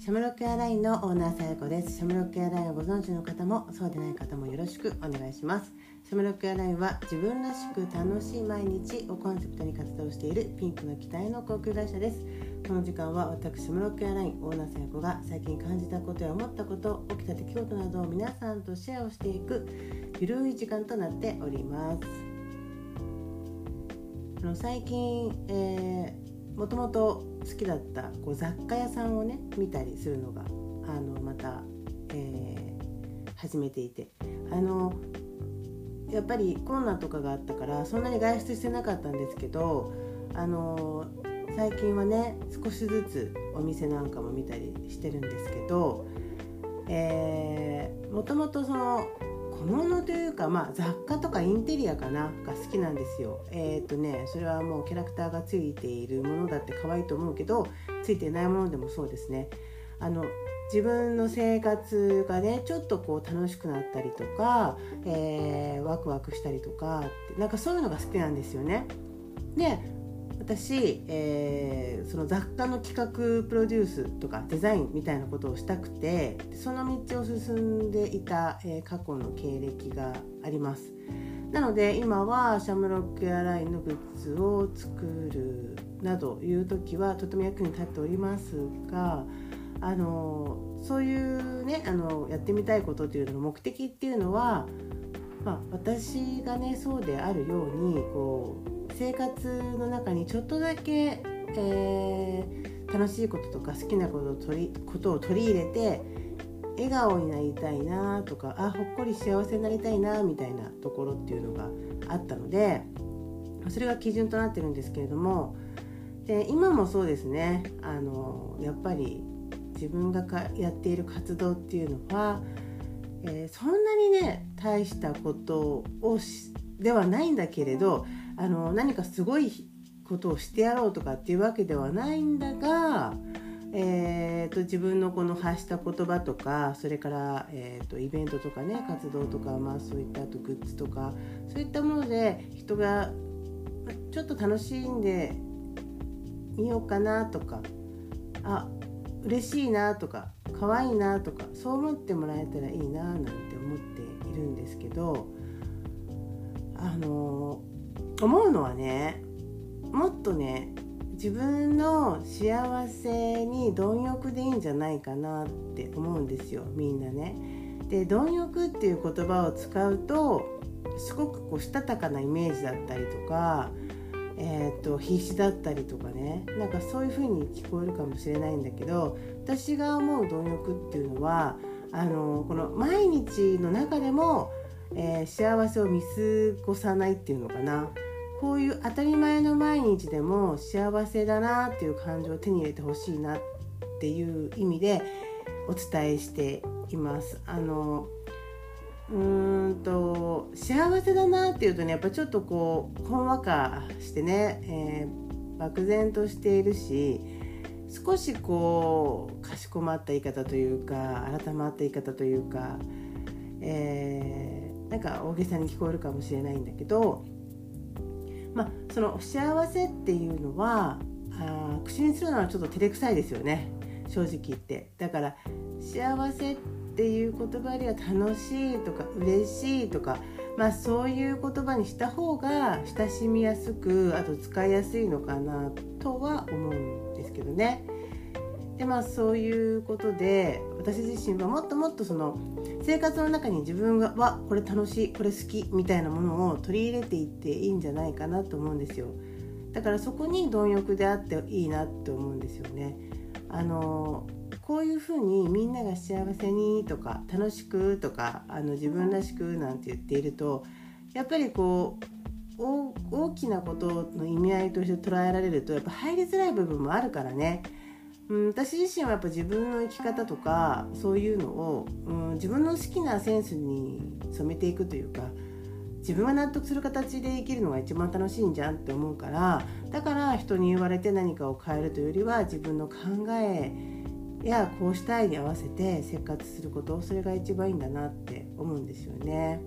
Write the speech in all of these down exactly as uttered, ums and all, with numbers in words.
シャムロックエアラインのオーナーさやこです。シャムロックエアラインをご存知の方もそうでない方もよろしくお願いします。シャムロックエアラインは自分らしく楽しい毎日をコンセプトに活動しているピンクの機体の航空会社です。この時間は私シャムロックエアラインオーナーさやこが最近感じたことや思ったこと、起きた出来事などを皆さんとシェアをしていくゆるい時間となっております。あの最近、えーもともと好きだったこう雑貨屋さんをね見たりするのがあのまた、えー、始めていて、あのやっぱりコロナとかがあったからそんなに外出してなかったんですけど、あの最近はね少しずつお店なんかも見たりしてるんですけど、えー、もともとその小物というか、まあ、雑貨とかインテリアかなが好きなんですよ。えーとね、それはもうキャラクターがついているものだって可愛いと思うけど、ついてないものでもそうですね。あの自分の生活がねちょっとこう楽しくなったりとか、えー、ワクワクしたりとかってなんかそういうのが好きなんですよね。で私、えー、その雑貨の企画プロデュースとかデザインみたいなことをしたくて、その道を進んでいた、えー、過去の経歴があります。なので今はシャムロックエアラインのグッズを作るなどいう時はとても役に立っておりますが、あのそういうねあのやってみたいことというのの目的っていうのは、まあ、私がねそうであるようにこう生活の中にちょっとだけ、えー、楽しいこととか好きなことを取り、ことを取り入れて笑顔になりたいなとか、あほっこり幸せになりたいなみたいなところっていうのがあったので、それが基準となってるんですけれども、で今もそうですね、あのやっぱり自分がかやっている活動っていうのは、えー、そんなにね大したことをしではないんだけれど、あの何かすごいことをしてやろうとかっていうわけではないんだが、えー、と自分のこの発した言葉とか、それから、えー、とイベントとかね活動とか、まあ、そういったあとグッズとかそういったもので人がちょっと楽しんでみようかなとか、あ嬉しいなとか可愛いなとかそう思ってもらえたらいいななんて思っているんですけど、あの思うのはね、もっとね自分の幸せに貪欲でいいんじゃないかなって思うんですよ、みんなね。で貪欲っていう言葉を使うとすごくこうしたたかなイメージだったりとか、えー、と必死だったりとかね、なんかそういう風に聞こえるかもしれないんだけど、私が思う貪欲っていうのはあのこの毎日の中でも、えー、幸せを見過ごさないっていうのかな、こういう当たり前の毎日でも幸せだなっていう感情を手に入れてほしいなっていう意味でお伝えしています。あのうーんと幸せだなっていうとね、やっぱちょっとこうほんわかしてね、えー、漠然としているし、少しこうかしこまった言い方というか改まった言い方というか、えー、なんか大げさに聞こえるかもしれないんだけど、まあ、その幸せっていうのはあ口にするのはちょっと照れくさいですよね、正直言って。だから幸せっていう言葉よりは楽しいとか嬉しいとか、まあ、そういう言葉にした方が親しみやすく、あと使いやすいのかなとは思うんですけどね。でまあそういうことで私自身はもっともっとその生活の中に自分がわこれ楽しいこれ好きみたいなものを取り入れていっていいんじゃないかなと思うんですよ。だからそこに貪欲であっていいなって思うんですよね。あのこういうふうにみんなが幸せにとか楽しくとかあの自分らしくなんて言っていると、やっぱりこう大きなことの意味合いとして捉えられるとやっぱ入りづらい部分もあるからね。うん、私自身はやっぱ自分の生き方とかそういうのを、うん、自分の好きなセンスに染めていくというか、自分が納得する形で生きるのが一番楽しいんじゃんって思うから、だから人に言われて何かを変えるというよりは自分の考えやこうしたいに合わせて生活すること、それが一番いいんだなって思うんですよね。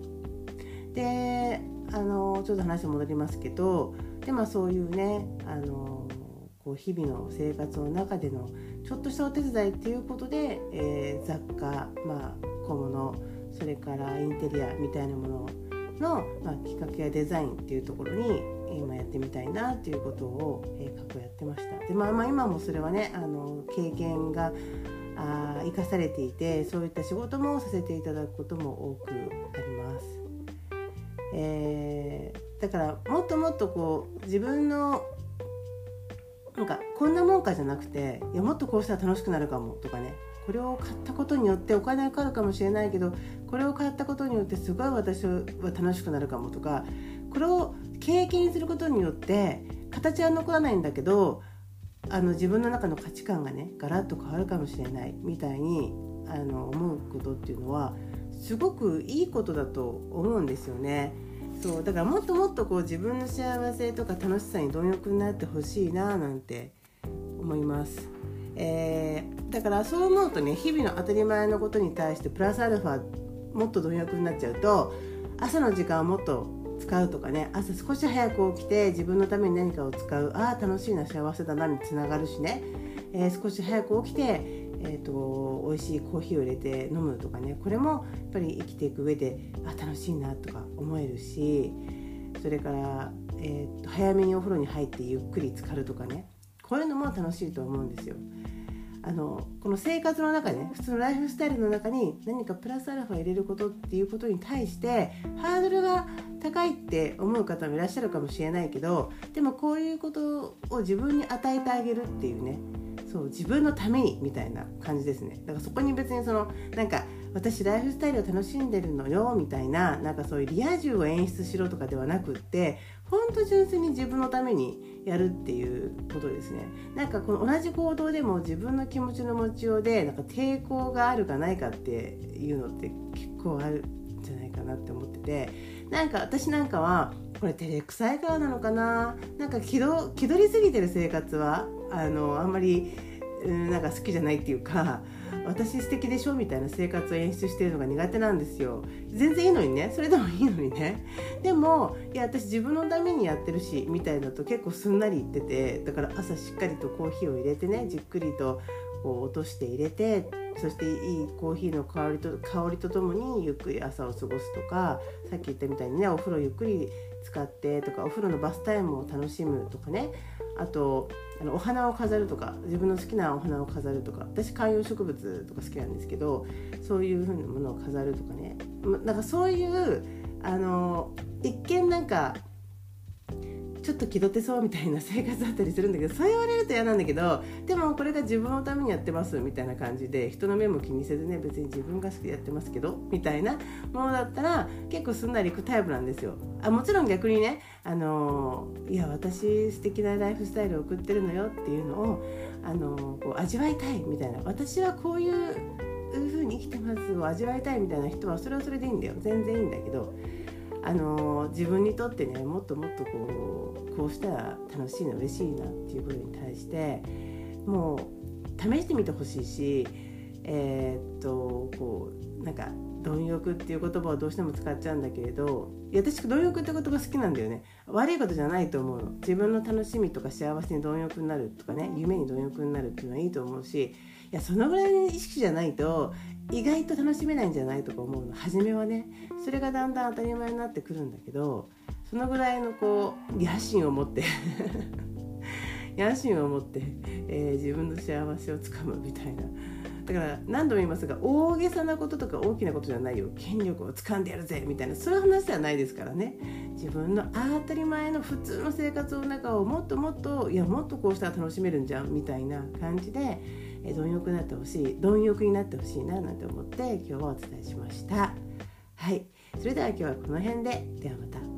であのちょっと話戻りますけど、で、まあ、そういうねあのこう日々の生活の中でのちょっとしたお手伝いっていうことで、えー、雑貨、まあ、小物、それからインテリアみたいなものの、まあ、企画やデザインっていうところに今やってみたいなっていうことを、えー、過去やってました。で、まあ、まあ今もそれはね、あの経験があ生かされていて、そういった仕事もさせていただくことも多くあります。えー、だからもっともっとこう自分のなんかこんなもんかじゃなくて、いやもっとこうしたら楽しくなるかもとかね、これを買ったことによってお金がかかるかもしれないけど、これを買ったことによってすごい私は楽しくなるかもとか、これを経験することによって形は残らないんだけど、あの自分の中の価値観がねガラッと変わるかもしれないみたいにあの思うことっていうのはすごくいいことだと思うんですよね。そうだからもっともっとこう自分の幸せとか楽しさに貪欲になってほしいななんて思います。えー、だからそう思うとね、日々の当たり前のことに対してプラスアルファもっと貪欲になっちゃうと、朝の時間をもっと使うとかね、朝少し早く起きて自分のために何かを使う、ああ楽しいな、幸せだなにつながるしね、えー、少し早く起きて、えーと、美味しいコーヒーを入れて飲むとかね、これもやっぱり生きていく上であ楽しいなとか思えるし、それから、えーと、早めにお風呂に入ってゆっくり浸かるとかね、こういうのも楽しいと思うんですよ。あのこの生活の中で、ね、普通のライフスタイルの中に何かプラスアルファ入れることっていうことに対してハードルが高いって思う方もいらっしゃるかもしれないけど、でもこういうことを自分に与えてあげるっていうね、そう自分のためにみたいな感じですね。だからそこに別にそのなんか私ライフスタイルを楽しんでるのよみたいな、なんかそういうリア充を演出しろとかではなくって、本当純粋に自分のためにやるっていうことですね。なんかこの同じ行動でも自分の気持ちの持ちようでなんか抵抗があるかないかっていうのって結構あるんじゃないかなって思ってて、なんか私なんかはこれ照れくさいからなのかな、なんか気取、気取りすぎてる生活はあのあんまり、うん、なんか好きじゃないっていうか、私素敵でしょみたいな生活を演出してるのが苦手なんですよ。全然いいのにね、それでもいいのにね。でもいや私自分のためにやってるしみたいだと結構すんなり言ってて、だから朝しっかりとコーヒーを入れてね、じっくりとこう落として入れて、そしていいコーヒーの香りと香りとともにゆっくり朝を過ごすとか、さっき言ったみたいにねお風呂ゆっくり使ってとか、お風呂のバスタイムを楽しむとかね、あとあのお花を飾るとか、自分の好きなお花を飾るとか、私観葉植物とか好きなんですけど、そういう風なものを飾るとかね、なんかそういうあの一見なんかちょっと気取ってそうみたいな生活だったりするんだけど、そう言われると嫌なんだけど、でもこれが自分のためにやってますみたいな感じで、人の目も気にせずね、別に自分が好きでやってますけどみたいなものだったら結構すんなりいくタイプなんですよ。あもちろん逆にね、あのいや私素敵なライフスタイルを送ってるのよっていうのをあのこう味わいたいみたいな、私はこういう風に生きてますを味わいたいみたいな人はそれはそれでいいんだよ、全然いいんだけど、あの自分にとってね、もっともっとこうこうしたら楽しいの嬉しいなっていうことに対してもう試してみてほしいし、えー、っとこうなんか貪欲っていう言葉をどうしても使っちゃうんだけれど、いや私貪欲って言葉好きなんだよね。悪いことじゃないと思うの。自分の楽しみとか幸せに貪欲になるとかね、夢に貪欲になるっていうのはいいと思うし、いやそのぐらいの意識じゃないと意外と楽しめないんじゃないとか思うの、初めはね。それがだんだん当たり前になってくるんだけど、そのぐらいのこう野心を持って野心を持って、えー、自分の幸せをつかむみたいな。だから何度も言いますが、大げさなこととか大きなことじゃないよ、権力を掴んでやるぜみたいな、そういう話ではないですからね。自分の当たり前の普通の生活の中をもっともっと、いやもっとこうしたら楽しめるんじゃんみたいな感じで、えー、貪欲になってほしい貪欲になってほしいななんて思って今日はお伝えしました。はい、それでは今日はこの辺で、ではまた。